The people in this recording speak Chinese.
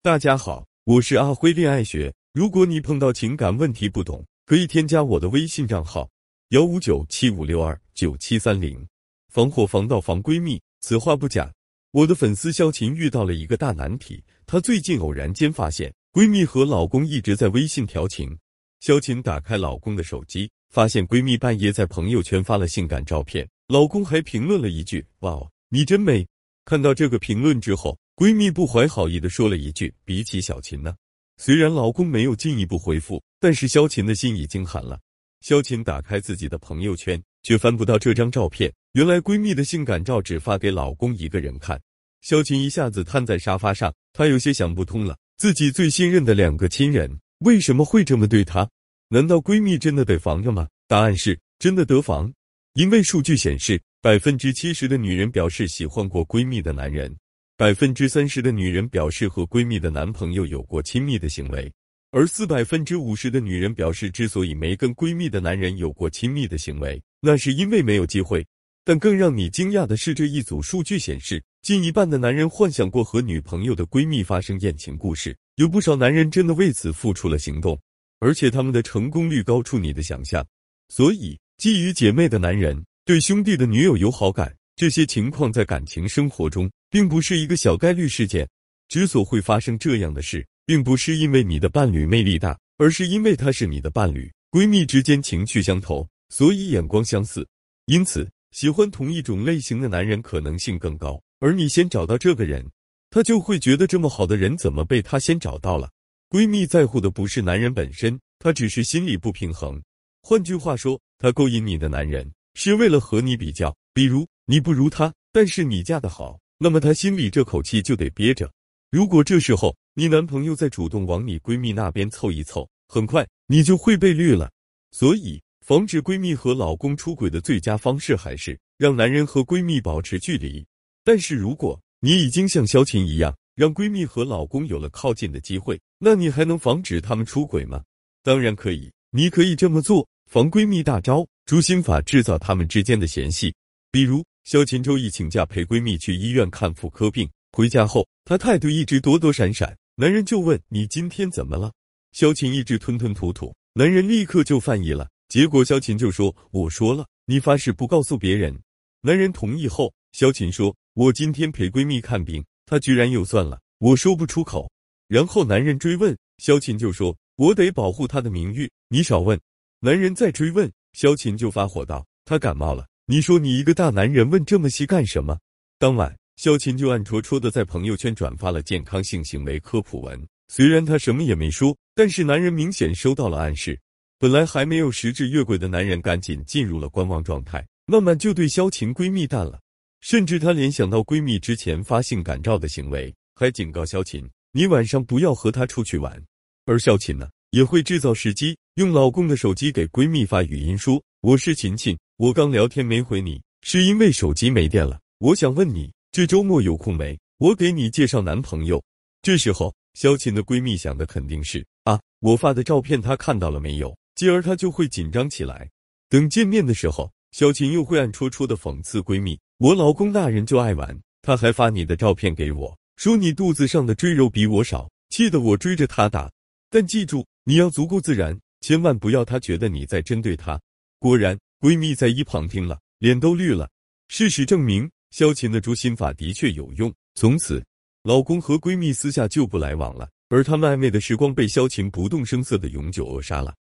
大家好，我是阿辉恋爱学。如果你碰到情感问题不懂，可以添加我的微信账号15975629730。防火防盗防闺蜜，此话不假。我的粉丝萧琴遇到了一个大难题，她最近偶然间发现闺蜜和老公一直在微信调情。萧琴打开老公的手机，发现闺蜜半夜在朋友圈发了性感照片，老公还评论了一句：“哇哦，你真美。”看到这个评论之后，闺蜜不怀好意地说了一句：“比起小琴呢。”虽然老公没有进一步回复，但是萧琴的心已经寒了。萧琴打开自己的朋友圈，却翻不到这张照片。原来闺蜜的性感照只发给老公一个人看。萧琴一下子瘫在沙发上，她有些想不通了，自己最信任的两个亲人为什么会这么对她？难道闺蜜真的得防着吗？答案是真的得防。因为数据显示，70%的女人表示喜欢过闺蜜的男人，30%的女人表示和闺蜜的男朋友有过亲密的行为，而50%的女人表示之所以没跟闺蜜的男人有过亲密的行为，那是因为没有机会。但更让你惊讶的是，这一组数据显示，近一半的男人幻想过和女朋友的闺蜜发生艳情故事，有不少男人真的为此付出了行动，而且他们的成功率高出你的想象。所以，基于姐妹的男人对兄弟的女友有好感，这些情况在感情生活中并不是一个小概率事件。之所以会发生这样的事，并不是因为你的伴侣魅力大，而是因为他是你的伴侣，闺蜜之间情趣相投，所以眼光相似，因此喜欢同一种类型的男人可能性更高。而你先找到这个人，他就会觉得这么好的人怎么被他先找到了。闺蜜在乎的不是男人本身，她只是心理不平衡。换句话说，她勾引你的男人是为了和你比较，比如你不如他，但是你嫁得好，那么他心里这口气就得憋着。如果这时候你男朋友再主动往你闺蜜那边凑一凑，很快你就会被绿了。所以防止闺蜜和老公出轨的最佳方式还是让男人和闺蜜保持距离。但是如果你已经像萧琴一样，让闺蜜和老公有了靠近的机会，那你还能防止他们出轨吗？当然可以，你可以这么做，防闺蜜大招，诛心法制造他们之间的嫌隙。比如萧琴周一请假陪闺蜜去医院看妇科病，回家后她态度一直躲躲闪闪，男人就问你今天怎么了，萧琴一直吞吞吐吐，男人立刻就犯意了，结果萧琴就说我说了，你发誓不告诉别人。男人同意后，萧琴说我今天陪闺蜜看病，她居然又算了，我说不出口。然后男人追问，萧琴就说我得保护她的名誉，你少问。男人再追问，萧琴就发火道她感冒了，你说你一个大男人问这么细干什么？当晚萧琴就暗戳戳地在朋友圈转发了健康性行为科普文，虽然他什么也没说，但是男人明显收到了暗示。本来还没有实质越轨的男人赶紧进入了观望状态，慢慢就对萧琴闺蜜淡了，甚至他联想到闺蜜之前发性感照的行为，还警告萧琴你晚上不要和她出去玩。而萧琴呢，也会制造时机，用老公的手机给闺蜜发语音说我是琴琴，我刚聊天没回你，是因为手机没电了，我想问你这周末有空没，我给你介绍男朋友。这时候萧琴的闺蜜想的肯定是我发的照片她看到了没有，继而她就会紧张起来。等见面的时候，萧琴又会暗戳戳的讽刺闺蜜，我老公大人就爱玩，他还发你的照片给我，说你肚子上的赘肉比我少，气得我追着他打。但记住，你要足够自然，千万不要他觉得你在针对他。果然，闺蜜在一旁听了，脸都绿了。事实证明，萧琴的诛心法的确有用，从此老公和闺蜜私下就不来往了，而他们暧昧的时光被萧琴不动声色的永久扼杀了。